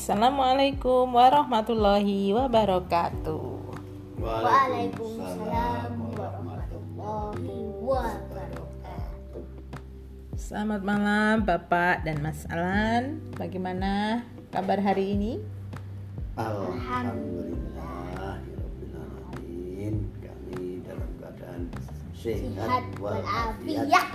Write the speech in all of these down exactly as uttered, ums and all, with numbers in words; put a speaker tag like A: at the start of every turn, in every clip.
A: Assalamualaikum warahmatullahi wabarakatuh.
B: Waalaikumsalam warahmatullahi wabarakatuh.
A: Selamat malam Bapak dan Mas Alan. Bagaimana kabar hari ini?
B: Alhamdulillahirrabbilalamin. Kami dalam keadaan
C: Sehat
B: sehat
C: walafiat.
B: walafiat.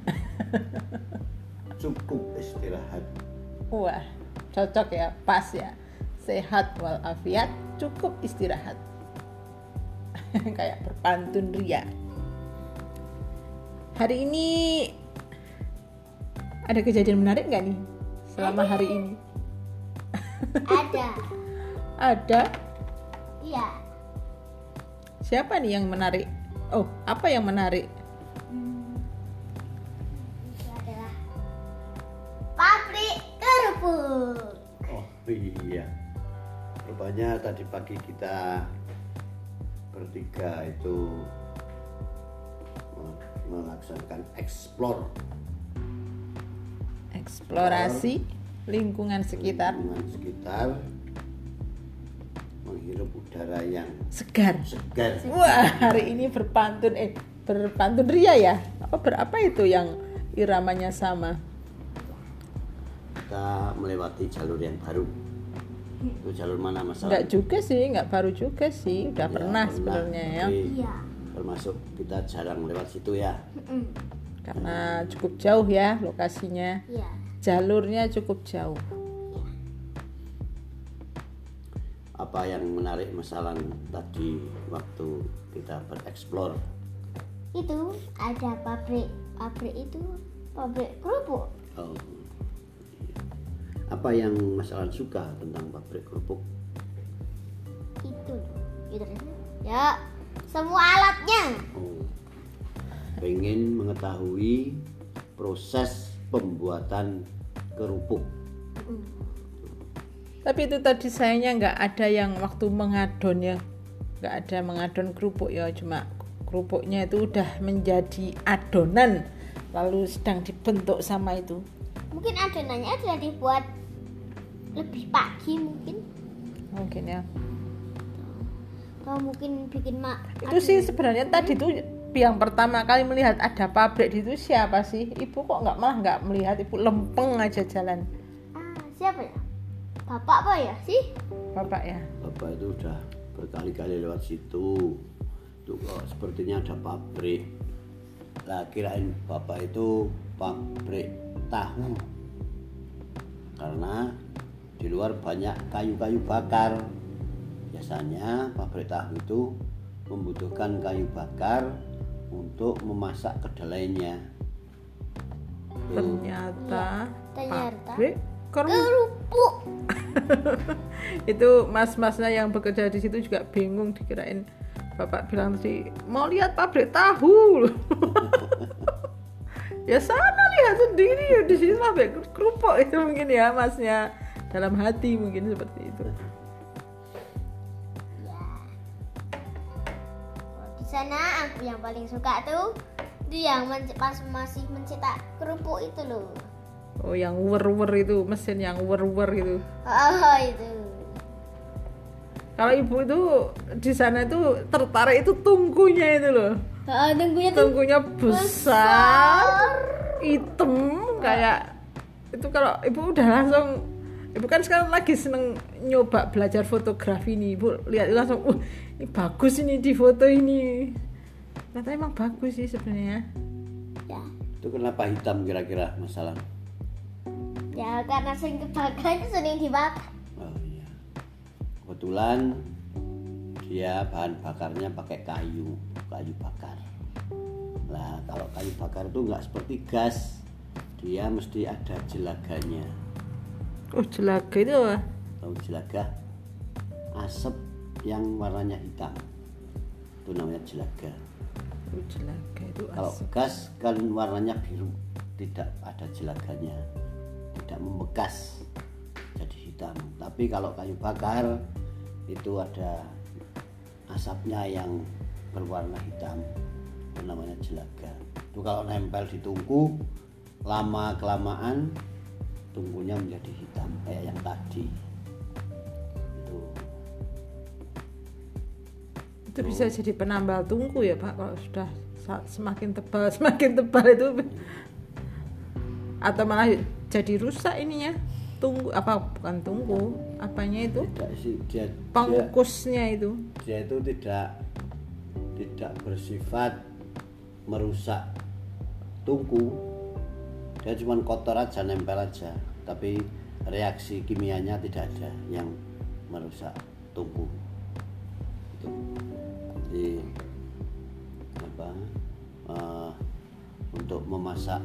B: Cukup istirahat.
A: Wah, cocok ya, pas ya. Sehat walafiat, cukup istirahat. Kayak berpantun ria. Hari ini ada kejadian menarik nggak nih selama hari ini?
C: Ada.
A: Ada.
C: Iya.
A: Siapa nih yang menarik? Oh, apa yang menarik?
C: Hmm, itu adalah pabrik kerupuk.
B: Oh iya. Rupanya tadi pagi kita bertiga itu melaksanakan explore
A: Eksplorasi lingkungan sekitar,
B: lingkungan sekitar, menghirup udara yang
A: segar.
B: segar.
A: Wah, hari ini berpantun eh berpantun ria ya? Apa berapa itu yang iramanya sama?
B: Kita melewati jalur yang baru. Itu jalur mana Mas?
A: Enggak juga sih, enggak baru juga sih, udah
B: Ya,
A: pernah sebenarnya ya.
B: Tapi
C: Iya.
B: termasuk kita jarang lewat situ ya.
C: Mm-mm.
A: Karena cukup jauh ya lokasinya.
C: Iya.
A: Jalurnya cukup jauh.
B: Apa yang menarik Mas Alan tadi waktu kita bereksplor?
C: Itu ada pabrik, pabrik itu pabrik kerupuk.
B: Oh, iya. Apa yang Mas Alan suka tentang pabrik kerupuk?
C: Itu, gitu. Ya, semua alatnya.
B: Oh, pengen mengetahui proses pembuatan kerupuk.
C: Mm.
A: Tapi itu tadi sayangnya nggak ada yang waktu mengadon ya, nggak ada mengadon kerupuk ya, cuma kerupuknya itu udah menjadi adonan lalu sedang dibentuk sama itu.
C: Mungkin adonannya adalah dibuat lebih pagi mungkin.
A: Mungkin ya.
C: Atau mungkin bikin mak.
A: Itu sih sebenarnya tadi tuh yang pertama kali melihat ada pabrik di itu siapa sih? Ibu kok nggak malah nggak melihat, ibu lempeng aja jalan.
C: Ah, siapa ya? Bapak apa ya sih?
A: Bapak ya.
B: Bapak itu udah berkali-kali lewat situ. Tuh kok sepertinya ada pabrik. Lah kirain Bapak itu pabrik tahu. Karena di luar banyak kayu-kayu bakar. Biasanya pabrik tahu itu membutuhkan kayu bakar untuk memasak kedelainya. Tuh.
A: Ternyata
C: Ternyata
A: pabrik kerupuk.
C: kerupuk.
A: Itu mas-masnya yang bekerja di situ juga bingung, dikirain bapak bilang tadi mau lihat pabrik tahu. Ya sana lihat sendiri ya, di sini pabrik kerupuk itu mungkin ya masnya dalam hati mungkin seperti itu.
C: Ya. Di sana aku yang paling suka tuh itu yang men- pas masih mencetak kerupuk itu loh.
A: Oh, yang wer-wer itu, mesin yang wer-wer itu.
C: Oh itu.
A: Kalau ibu itu di sana itu tertarik itu tungkunya itu loh.
C: Oh, tunggunya tuh
A: Tungkunya besar, hitam kayak itu. Kalau ibu udah langsung, ibu kan sekarang lagi seneng nyoba belajar fotografi nih, ibu lihat langsung, uh ini bagus ini di foto ini. Ternyata emang bagus sih sebenarnya.
C: ya.
B: Itu kenapa hitam kira-kira masalah?
C: Ya karena sering kebakar itu sering dibakar.
B: Oh iya. Kebetulan dia bahan bakarnya pakai kayu, kayu bakar. Nah, kalau kayu bakar itu nggak seperti gas, dia mesti ada jelaganya.
A: Oh, jelaga itu apa?
B: Tahu jelaga? Asap yang warnanya hitam. Itu namanya jelaga.
A: Oh, jelaga itu
B: Kalau
A: asap.
B: gas kan warnanya biru, tidak ada jelaganya, tidak membekas jadi hitam. Tapi kalau kayu bakar itu ada asapnya yang berwarna hitam, itu namanya jelaga. Itu kalau nempel di tungku lama kelamaan tungkunya menjadi hitam kayak yang tadi.
A: Itu bisa jadi penambal tungku ya Pak kalau sudah sa- semakin tebal semakin tebal itu, atau malah jadi rusak ininya tungku apa bukan tungku apanya itu
B: Tidak sih, dia, dia
A: pengukusnya itu.
B: dia itu tidak tidak bersifat merusak tungku, dia cuma kotor aja, nempel aja, tapi reaksi kimianya tidak ada yang merusak tungku itu. Jadi apa uh, untuk memasak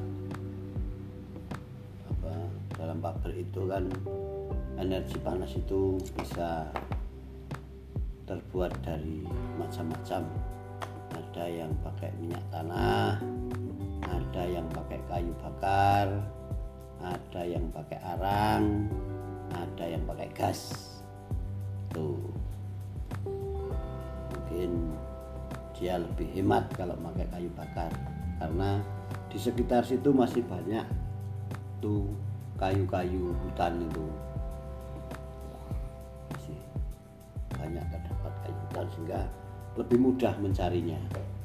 B: apa dalam pabrik itu kan energi panas itu bisa terbuat dari macam-macam. Ada yang pakai minyak tanah, ada yang pakai kayu bakar, ada yang pakai arang, ada yang pakai gas. Tuh mungkin dia lebih hemat kalau pakai kayu bakar, karena di sekitar situ masih banyak tuh kayu-kayu hutan itu, masih banyak terdapat kayu hutan sehingga lebih mudah mencarinya,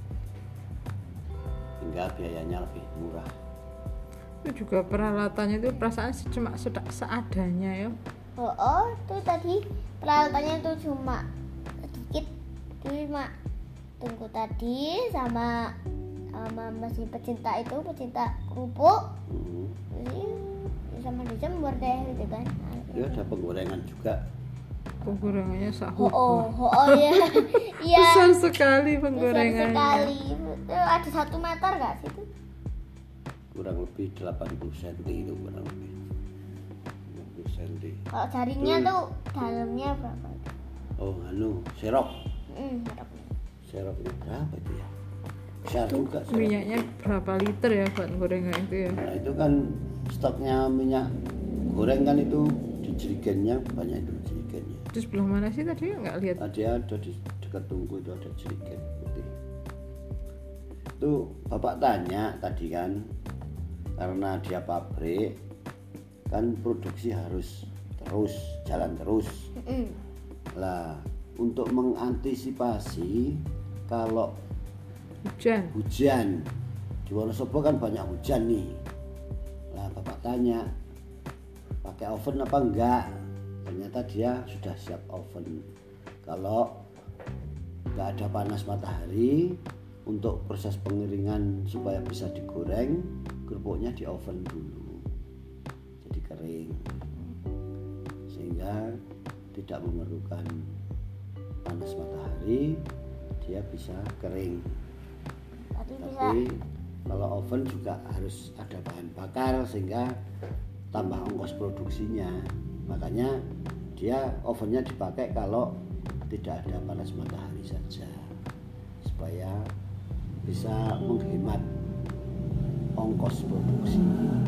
B: hingga biayanya lebih murah.
A: Itu juga peralatannya itu perasaan cuma sudah seadanya ya.
C: Oh, oh tuh tadi peralatannya tuh cuma sedikit, cuma tungku tadi sama sama mesin pecinta itu, pecinta kerupuk,
B: Hmm.
C: jadi sama dijemur deh gitu kan.
B: Ya ada penggorengan juga.
A: Penggorengannya
C: Oh,
A: sahur.
C: oh, oh, oh ya, iya.
A: Besar sekali
C: Besar
A: penggorengannya.
C: sekali. Itu ada satu meter nggak sih itu?
B: Kurang lebih delapan puluh sentimeter itu, kurang lebih delapan puluh sentimeter.
C: Kalau jaringnya
B: Hmm.
C: tuh dalamnya berapa?
B: Oh anu serok,
C: Hmm, berapa?
B: seroknya berapa itu ya? Besar juga serok.
A: Minyaknya berapa liter ya buat gorengan itu ya?
B: Nah itu kan stoknya minyak goreng kan itu di jerigennya banyak, itu jerigennya.
A: Terus sebelah mana sih tadi nggak lihat?
B: Tadi ada di dekat tungku itu ada jerigen putih. Itu bapak tanya tadi kan, karena dia pabrik kan produksi harus terus jalan terus.
C: Hmm.
B: Lah untuk mengantisipasi kalau
A: Hujan.
B: hujan di Wonosobo kan banyak hujan nih. Lah bapak tanya pakai oven apa enggak, ternyata dia sudah siap oven. Kalau enggak ada panas matahari, untuk proses pengeringan supaya bisa digoreng, kerupuknya di oven dulu jadi kering, sehingga tidak memerlukan panas matahari, dia bisa kering.
C: Tadi bisa.
B: Tapi kalau oven juga harus ada bahan bakar sehingga tambah ongkos produksinya. Makanya dia ovennya dipakai kalau tidak ada panas matahari saja, supaya bisa menghemat ongkos produksi.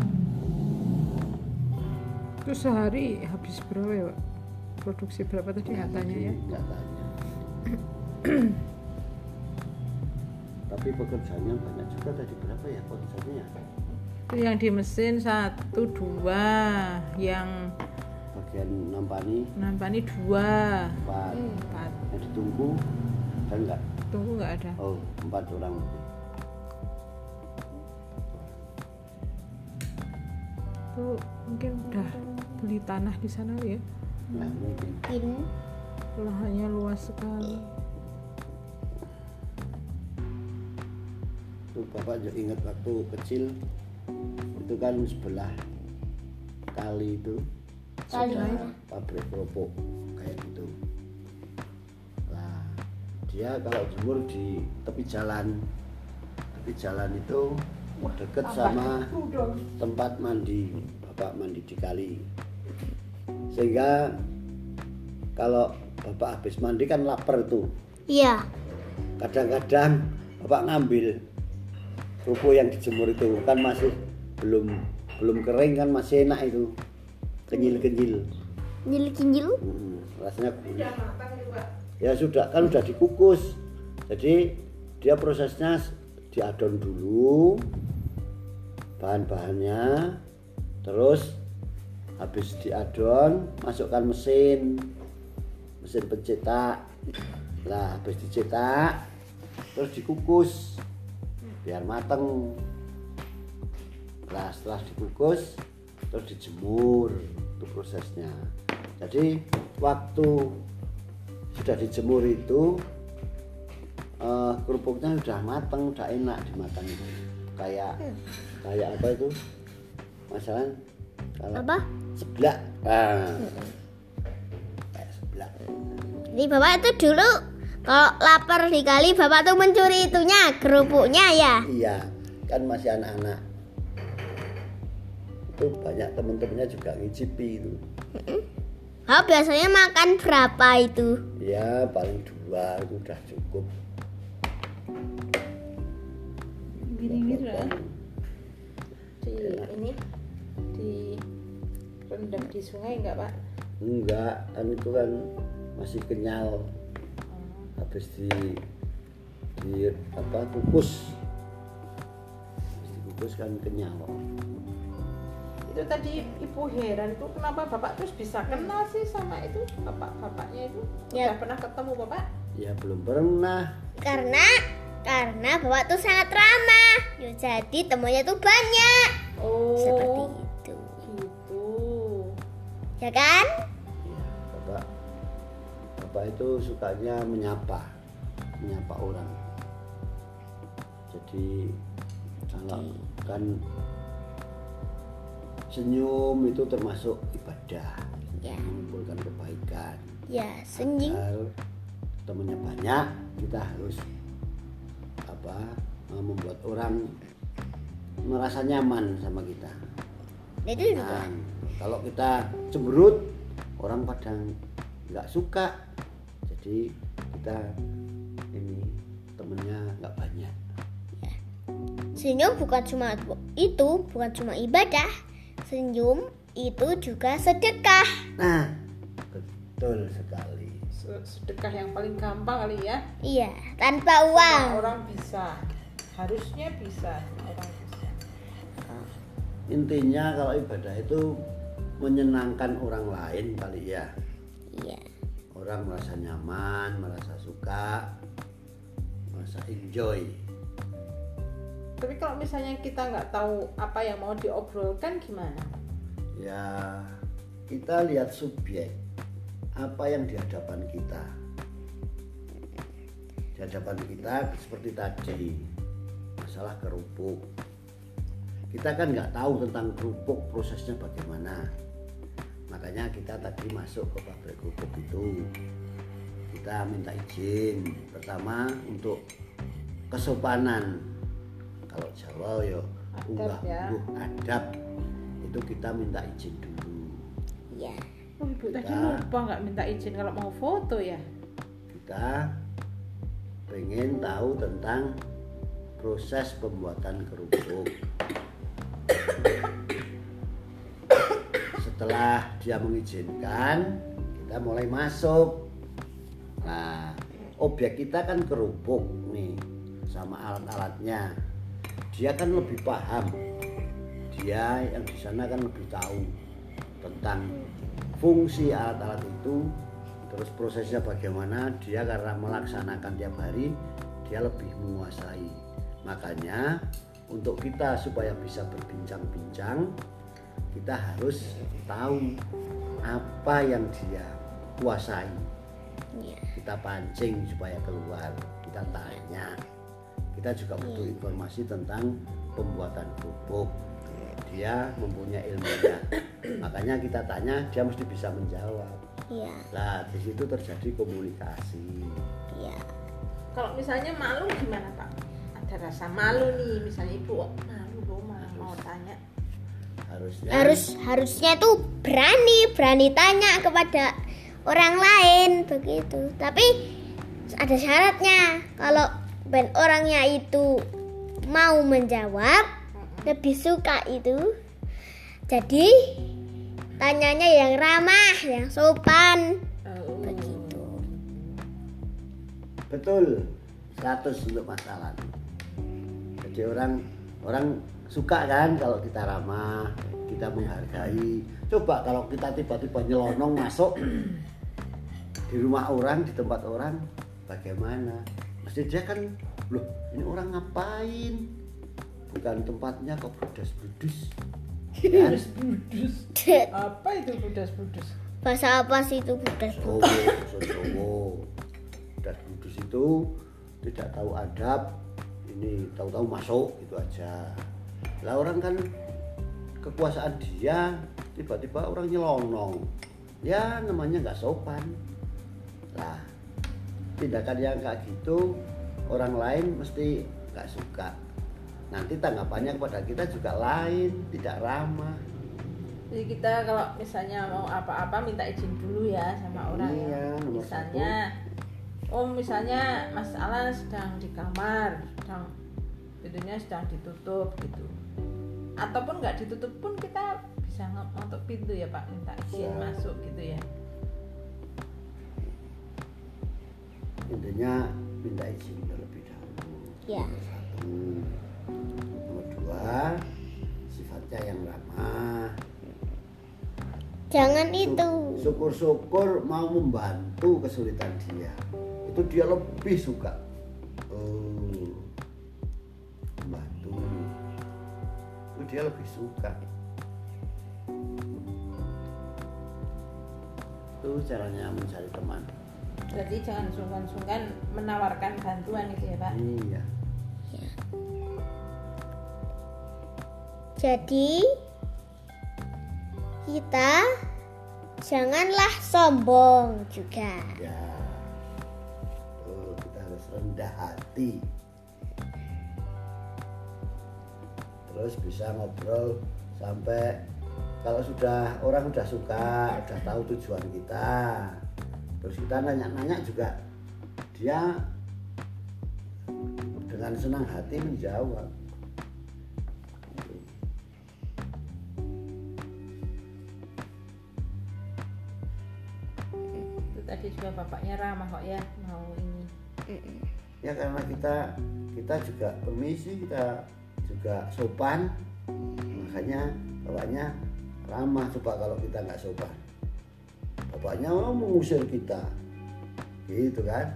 A: Itu sehari habis berapa ya Pak? Produksi berapa tadi nggak tanya ya?
B: Nggak tanya. Tapi pekerjaannya banyak juga tadi, berapa ya pekerjaannya?
A: Itu yang di mesin satu dua, yang
B: Bagian nampani
A: nampani dua,
B: empat,
A: empat.
B: yang ditunggu ada enggak?
A: Tunggu nggak ada.
B: Oh, empat orang.
A: Itu mungkin udah beli tanah di sana ya.
B: Nah, mungkin.
C: Mungkin.
A: Lahannya luas sekali.
B: Tuh bapak juga ingat waktu kecil itu kan sebelah kali itu
C: Kali
B: ada
C: mana?
B: pabrik kerupuk kayak gitu. Nah dia kalau jemur di tepi jalan, tepi jalan itu deket sama tempat mandi, bapak mandi di kali, sehingga kalau bapak habis mandi kan lapar tuh.
C: Iya.
B: Kadang-kadang bapak ngambil kerupuk yang dijemur itu kan masih belum belum kering kan, masih enak itu, kenyil-kenyil.
C: Nyil-kinyil.
B: Hmm, rasanya gurih. Ya sudah, kan udah dikukus. Jadi dia prosesnya diadon dulu bahan-bahannya, terus habis diadon masukkan mesin mesin pencetak, Nah, habis dicetak terus dikukus biar mateng. Nah, setelah dikukus terus dijemur, itu prosesnya. Jadi waktu sudah dijemur itu uh, kerupuknya sudah mateng, sudah enak dimakan itu. Kayak kayak apa itu? Masalah
C: Apa?
B: Seblak. Ah. Kayak seblak.
C: Jadi bapak itu dulu kalau lapar di kali bapak tuh mencuri itunya kerupuknya ya.
B: Iya, kan masih anak-anak. Itu banyak temen-temennya juga ngicipi itu.
C: Kalau biasanya makan berapa itu?
B: Ya paling dua itu udah cukup.
A: Gini-gini ya. Di ini di rendam di sungai enggak Pak?
B: Enggak, kan itu kan masih kenyal. Habis di di apa kukus. Habis dikukus kan kenyal.
A: Itu tadi ibu heran tuh kenapa bapak terus bisa kenal sih sama itu bapak-bapaknya itu?
C: Ya.
A: Udah pernah ketemu bapak?
B: Ya belum pernah.
C: Karena karena bapak tuh sangat ramah. Ya, jadi temunya tuh banyak.
A: Oh,
C: Seperti itu.
A: gitu.
C: Ya kan?
B: Ya, bapak bapak itu sukanya menyapa, menyapa orang. Jadi kalau kan senyum itu termasuk ibadah,
C: Ya.
B: mengumpulkan kebaikan.
C: Ya, senyum.
B: Agar temannya banyak, kita harus apa membuat orang merasa nyaman sama kita.
C: Itu juga.
B: Nah, kalau kita cemberut, orang pada nggak suka, jadi kita ini temennya nggak banyak.
C: Senyum bukan cuma itu, bukan cuma ibadah. Senyum itu juga sedekah.
B: Nah, betul sekali.
A: Sedekah yang paling gampang kali ya.
C: Iya, tanpa uang.
A: Semua orang bisa, harusnya bisa, semua orang bisa.
B: Intinya kalau ibadah itu menyenangkan orang lain kali ya.
C: Iya.
B: Orang merasa nyaman, merasa suka, merasa enjoy.
A: Tapi kalau misalnya kita nggak tahu apa yang mau diobrolkan gimana?
B: Ya, kita lihat subjek apa yang di hadapan kita. Di hadapan kita seperti tadi masalah kerupuk. Kita kan nggak tahu tentang kerupuk prosesnya bagaimana. Makanya kita tadi masuk ke pabrik kerupuk itu. Kita minta izin pertama untuk kesopanan. Kalau Jawa ya unggah
A: ya.
B: ungguh adab itu kita minta izin dulu.
C: Iya.
A: Oh, ibu tadi
B: Kita-
A: lupa nggak minta izin kalau mau foto ya.
B: Kita pengen tahu tentang proses pembuatan kerupuk. Setelah dia mengizinkan, kita mulai masuk. Nah, objek kita kan kerupuk nih sama alat-alatnya. Dia kan lebih paham. Dia yang di sana kan lebih tahu tentang fungsi alat-alat itu, terus prosesnya bagaimana. Dia karena melaksanakan tiap hari, dia lebih menguasai. Makanya untuk kita supaya bisa berbincang-bincang, kita harus tahu apa yang dia kuasai.
C: Iya.
B: Kita pancing supaya keluar, kita tanya. Kita juga butuh informasi tentang pembuatan kerupuk. Dia mempunyai ilmunya, makanya kita tanya, dia mesti bisa menjawab.
C: Iya.
B: Nah, di situ terjadi komunikasi.
C: Iya.
A: Kalau misalnya malu gimana Pak? Ada rasa malu nih, misalnya ibu oh, malu loh mau, mau tanya.
B: Harusnya
C: Harus harusnya tuh berani, berani tanya kepada orang lain begitu. Tapi ada syaratnya. Kalau ben orangnya itu mau menjawab, lebih suka itu. Jadi tanyanya yang ramah, yang sopan.
A: Oh.
C: Begitu.
B: betul seratus untuk masalah. Jadi orang orang suka kan kalau kita ramah, kita menghargai. Coba kalau kita tiba-tiba nyelonong masuk di rumah orang, di tempat orang, bagaimana? Mesti dia kan, loh ini orang ngapain? Bukan tempatnya kok brudas-brudus. Kan?
A: Budus. Apa itu budas-budus?
C: Bahasa apa sih itu budas?
B: Jowo, bahasa Jowo. Brudas-brudus itu tidak tahu adab, ini tahu-tahu masuk itu aja. Lah orang kan kekuasaan dia, tiba-tiba orang nyelonong, ya namanya nggak sopan. Lah tindakan yang kayak gitu orang lain mesti nggak suka. Nanti tanggapannya kepada kita juga lain, tidak ramah.
A: Jadi kita kalau misalnya mau apa-apa minta izin dulu ya sama orang.
B: Iya,
A: ya.
B: nomor
A: Misalnya, oh misalnya Mas Alan sedang di kamar, sedang pintunya sedang ditutup gitu. Ataupun nggak ditutup pun kita bisa ngetok pintu ya Pak, minta izin
B: Ya.
A: masuk gitu ya.
B: Intinya minta izin terlebih dahulu.
C: Ya.
B: Nomor satu. Nomor dua, sifatnya yang ramah.
C: Jangan
B: Syuk-
C: itu.
B: Syukur-syukur mau membantu kesulitan dia. Itu dia lebih suka. Oh, membantu. Itu dia lebih suka. Itu caranya mencari teman.
A: Berarti jangan sungkan-sungkan menawarkan bantuan gitu ya Pak.
B: Iya.
C: Jadi kita janganlah sombong juga.
B: Ya. Tuh, kita harus rendah hati. Terus bisa ngobrol sampai kalau sudah orang udah suka, udah tahu tujuan kita. Terus kita nanya-nanya juga, dia dengan senang hati menjawab.
A: Itu tadi juga bapaknya ramah kok ya, mau ini.
B: Ya karena kita kita juga permisi, kita juga sopan, makanya bapaknya ramah. Coba kalau kita nggak sopan, bapaknya oh, mengusir kita, gitu kan?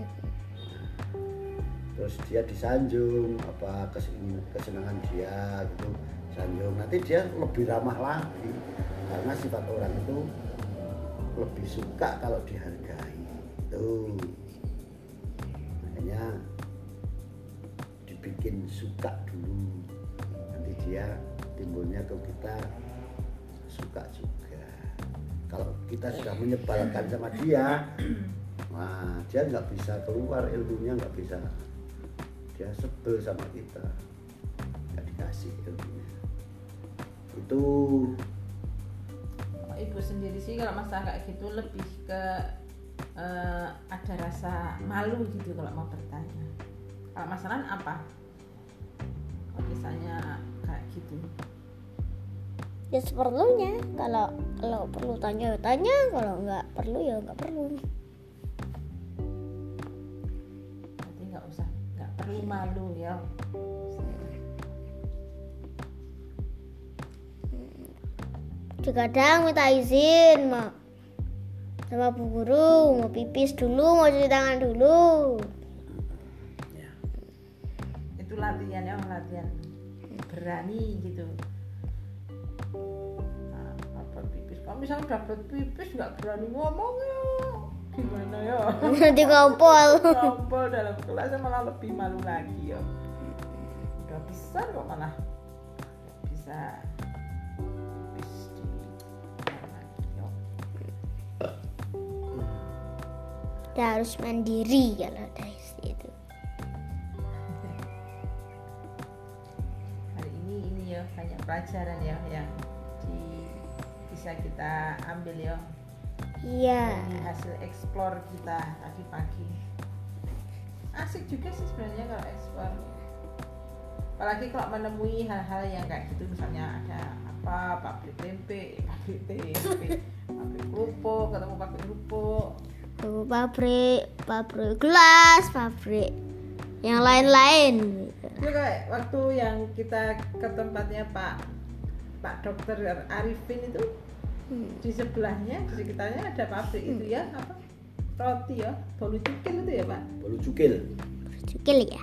B: Terus dia disanjung, apa kesen- kesenangan dia gitu, sanjung. Nanti dia lebih ramah lagi, karena sifat orang itu lebih suka kalau dihargai. Tuh, makanya dibikin suka dulu, nanti dia timbulnya ke kita suka juga. Kalau kita sudah menyebalkan sama dia, nah dia nggak bisa keluar, ilmunya nggak bisa, dia sebel sama kita, nggak dikasih ilmunya. Itu
A: Kalau ibu sendiri sih kalau masalah kayak gitu lebih ke eh, ada rasa malu gitu kalau mau bertanya. Kalau masalah apa? Kalau misalnya kayak gitu.
C: Ya seperlunya. Kalau kalau perlu tanya ya tanya, kalau nggak perlu ya nggak perlu.
A: Berarti nggak usah, nggak perlu malu ya.
C: Kadang minta izin mau sama bu guru, mau pipis dulu, mau cuci tangan dulu.
B: ya,
A: Itu latihan ya, latihan berani gitu. Nah, apa pipis? Kalau misalnya udah pipis nggak berani ngomong ya, gimana ya?
C: Nanti ngompol.
A: Ngompol dalam kelas malah lebih malu lagi ya. Udah besar kok malah bisa pipis di kamar, ya.
C: Kita harus mandiri kalau dari situ.
A: Hari ini ini ya banyak pelajaran ya yang di, bisa kita ambil ya
C: Iya.
A: dari hasil explore kita tadi pagi. Asik juga sih sebenarnya kalau explore, apalagi kalau menemui hal-hal yang kayak gitu, misalnya ada apa pabrik tempe, pabrik tempe, pabrik kerupuk, ketemu pabrik kerupuk.
C: Pabrik, pabrik gelas, pabrik yang lain-lain.
A: Itu kayak waktu yang kita ke tempatnya Pak Pak Dokter Arifin itu,
C: Hmm.
A: di sebelahnya, di sekitarnya ada pabrik itu ya, apa? roti ya, bolu cukil itu ya Pak.
B: Bolu cukil.
C: Cukil ya.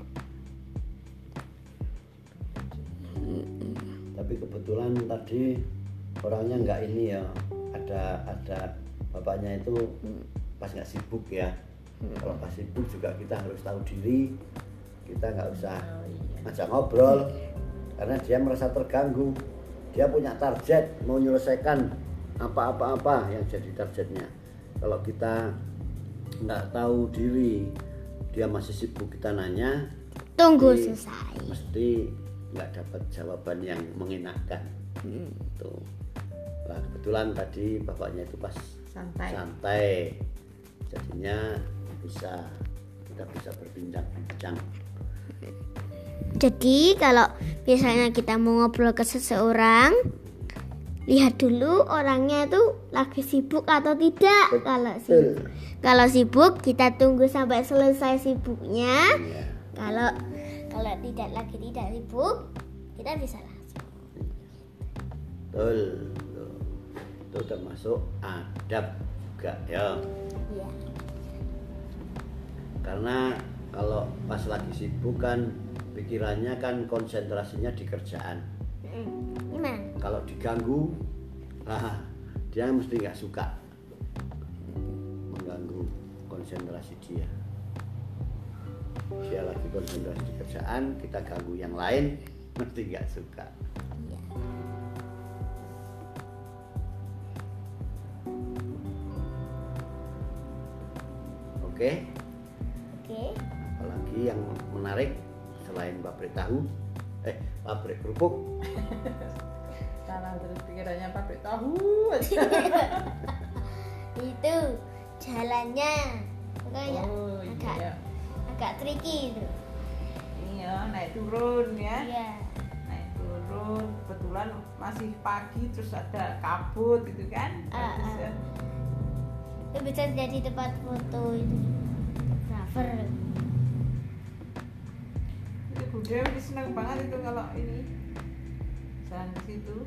B: Tapi kebetulan tadi orangnya nggak ini ya, ada ada bapaknya itu pas nggak sibuk ya. Kalau pas sibuk juga kita harus tahu diri, kita nggak usah ngajak ngobrol karena dia merasa terganggu. Dia punya target mau menyelesaikan apa-apa-apa yang jadi targetnya. Kalau kita nggak tahu diri, dia masih sibuk, kita nanya,
C: Tunggu
B: mesti-
C: selesai.
B: mesti nggak dapat jawaban yang mengenakan.
C: Hmm.
B: Tuh. Nah, kebetulan tadi bapaknya itu pas
A: Santai.
B: santai, jadinya bisa kita bisa berbincang-bincang.
C: Jadi kalau misalnya kita mau ngobrol ke seseorang, lihat dulu orangnya tuh lagi sibuk atau tidak. Kalau sibuk, kalau sibuk kita tunggu sampai selesai sibuknya.
B: Ya.
C: Kalau kalau tidak lagi tidak sibuk, kita bisa langsung.
B: Betul, betul. Itu termasuk adab juga ya.
C: Iya.
B: Karena kalau pas lagi sibuk kan pikirannya kan konsentrasinya di kerjaan.
C: Gimana?
B: Kalau diganggu, nah, dia mesti nggak suka mengganggu konsentrasi dia. Dia lagi konsentrasi di kerjaan, kita ganggu yang lain, mesti nggak suka.
C: Iya.
B: Oke,
C: Oke.
B: apalagi yang menarik selain pabrik tahu, eh pabrik kerupuk,
A: Karena terus pikirannya pabrik tahu aja.
C: Itu jalannya kayak
A: Oh
C: agak
A: iya.
C: agak tricky itu.
A: Iya, naik turun ya.
C: Iya.
A: Naik turun, kebetulan masih pagi terus ada kabut gitu kan.
C: Ah,
A: Bagus
C: ah.
A: ya.
C: Itu bisa jadi tempat foto itu. Fotografer.
A: Itu Bu Dewi senang banget itu kalau ini jalan ke situ.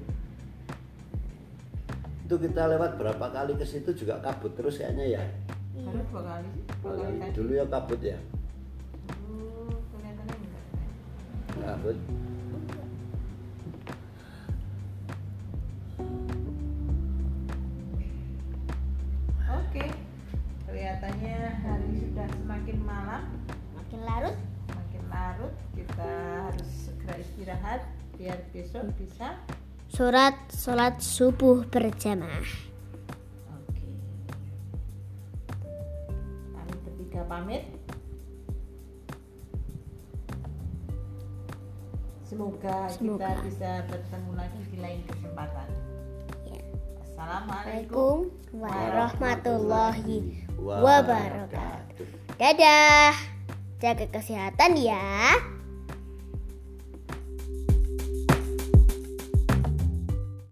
B: itu kita lewat berapa kali ke situ juga kabut terus kayaknya ya.
A: Baru dua kali sih, dua kali tadi.
B: Dulu ya kabut ya,
A: Oh, kelihatannya enggak.
B: kabut.
A: Oke, kelihatannya hari sudah semakin malam,
C: Makin larut.
A: makin larut. Kita harus segera istirahat biar besok bisa.
C: Surat sholat subuh berjamaah.
A: Oke. Kami bertiga pamit. Semoga,
C: Semoga.
A: kita bisa bertemu lagi di lain kesempatan.
C: Ya.
A: Assalamualaikum
C: Assalamualaikum warahmatullahi wabarakatuh. Dadah. Jaga kesehatan ya.